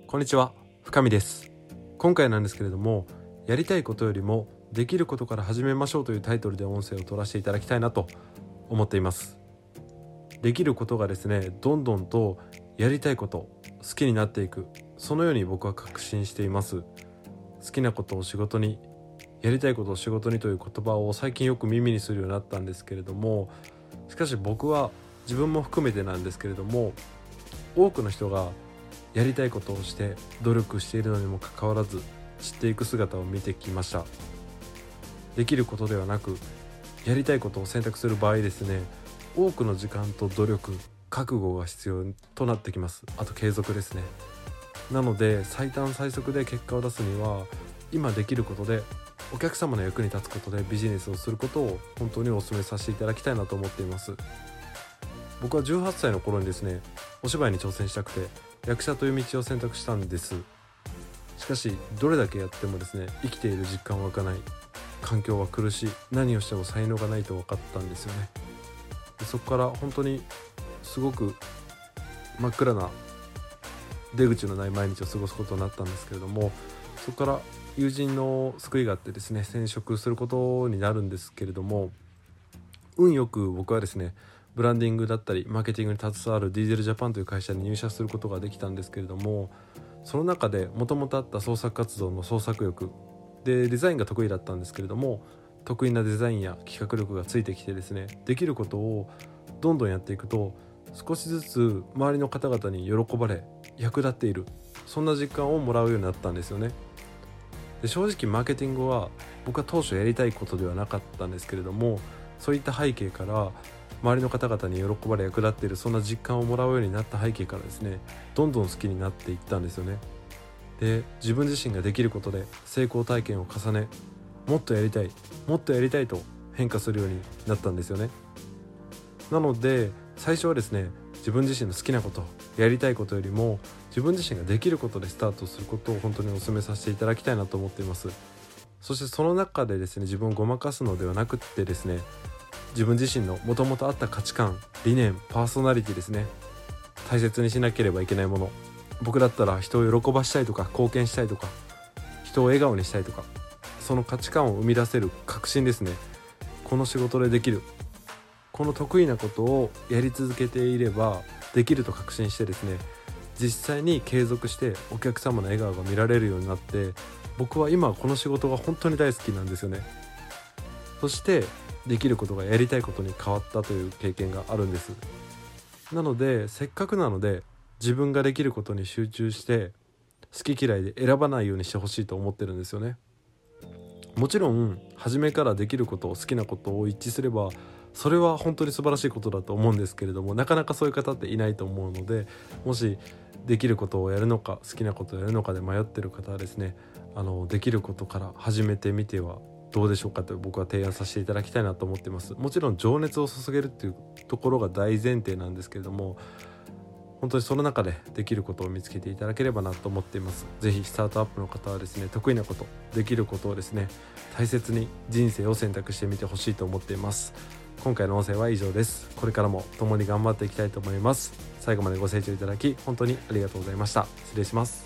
こんにちは、深見です。今回なんですけれども、やりたいことよりもできることから始めましょうというタイトルで音声を取らせていただきたいなと思っています。できることがですね、どんどんとやりたいこと、好きになっていく、そのように僕は確信しています。好きなことを仕事に、やりたいことを仕事にという言葉を最近よく耳にするようになったんですけれども、しかし僕は自分も含めてなんですけれども、多くの人がやりたいことをして努力しているのにもかかわらず散っていく姿を見てきました。できることではなく、やりたいことを選択する場合ですね、多くの時間と努力、覚悟が必要となってきます。あと継続ですね。なので最短最速で結果を出すには、今できることでお客様の役に立つことでビジネスをすることを本当にお勧めさせていただきたいなと思っています。僕は18歳の頃にですね、お芝居に挑戦したくて役者という道を選択したんです。しかしどれだけやってもですね、生きている実感は湧かない、環境は苦しい、何をしても才能がないと分かったんですよね。でそこから本当にすごく真っ暗な出口のない毎日を過ごすことになったんですけれども、そこから友人の救いがあってですね、転職することになるんですけれども、運よく僕はですね、ブランディングだったりマーケティングに携わるディーゼルジャパンという会社に入社することができたんですけれども、その中でもともとあった創作活動の創作欲で、デザインが得意だったんですけれども、得意なデザインや企画力がついてきてですね、できることをどんどんやっていくと、少しずつ周りの方々に喜ばれ役立っている、そんな実感をもらうようになったんですよね。で正直マーケティングは僕は当初やりたいことではなかったんですけれども、そういった背景から周りの方々に喜ばれ役立っている、そんな実感をもらうようになった背景からですね、どんどん好きになっていったんですよね。で自分自身ができることで成功体験を重ね、もっとやりたいもっとやりたいと変化するようになったんですよね。なので最初はですね、自分自身の好きなこと、やりたいことよりも自分自身ができることでスタートすることを本当にお勧めさせていただきたいなと思っています。そしてその中でですね、自分をごまかすのではなくってですね、自分自身のもともとあった価値観、理念、パーソナリティですね、大切にしなければいけないもの、僕だったら人を喜ばしたいとか貢献したいとか人を笑顔にしたいとか、その価値観を生み出せる確信ですね、この仕事でできる、この得意なことをやり続けていればできると確信してですね、実際に継続してお客様の笑顔が見られるようになって、僕は今この仕事が本当に大好きなんですよね。そしてできることがやりたいことに変わったという経験があるんです。なのでせっかくなので自分ができることに集中して、好き嫌いで選ばないようにしてほしいと思ってるんですよね。もちろん初めからできること、好きなことを一致すればそれは本当に素晴らしいことだと思うんですけれども、なかなかそういう方っていないと思うので、もしできることをやるのか好きなことをやるのかで迷っている方はですね、できることから始めてみてはどうでしょうかと僕は提案させていただきたいなと思っています。もちろん情熱を注げるっていうところが大前提なんですけれども、本当にその中でできることを見つけていただければなと思っています。ぜひスタートアップの方はですね、得意なこと、できることをですね、大切に人生を選択してみてほしいと思っています。今回の音声は以上です。これからも共に頑張っていきたいと思います。最後までご清聴いただき本当にありがとうございました。失礼します。